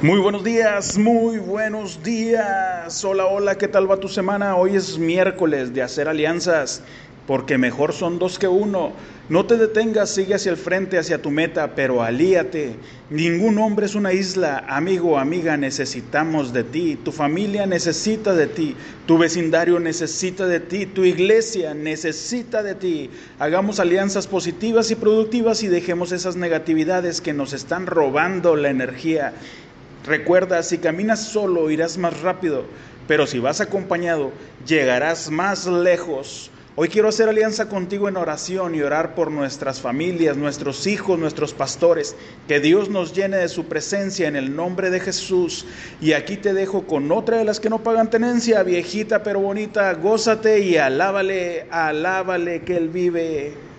Muy buenos días, muy buenos días. Hola, hola, ¿qué tal va tu semana? Hoy es miércoles de hacer alianzas, porque mejor son dos que uno. No te detengas, sigue hacia el frente, hacia tu meta, pero alíate. Ningún hombre es una isla. Amigo, amiga, necesitamos de ti. Tu familia necesita de ti. Tu vecindario necesita de ti. Tu iglesia necesita de ti. Hagamos alianzas positivas y productivas y dejemos esas negatividades que nos están robando la energía. Recuerda, si caminas solo irás más rápido, pero si vas acompañado llegarás más lejos. Hoy quiero hacer alianza contigo en oración y orar por nuestras familias, nuestros hijos, nuestros pastores. Que Dios nos llene de su presencia en el nombre de Jesús. Y aquí te dejo con otra de las que no pagan tenencia, viejita pero bonita. Gózate y alábale, alábale que Él vive.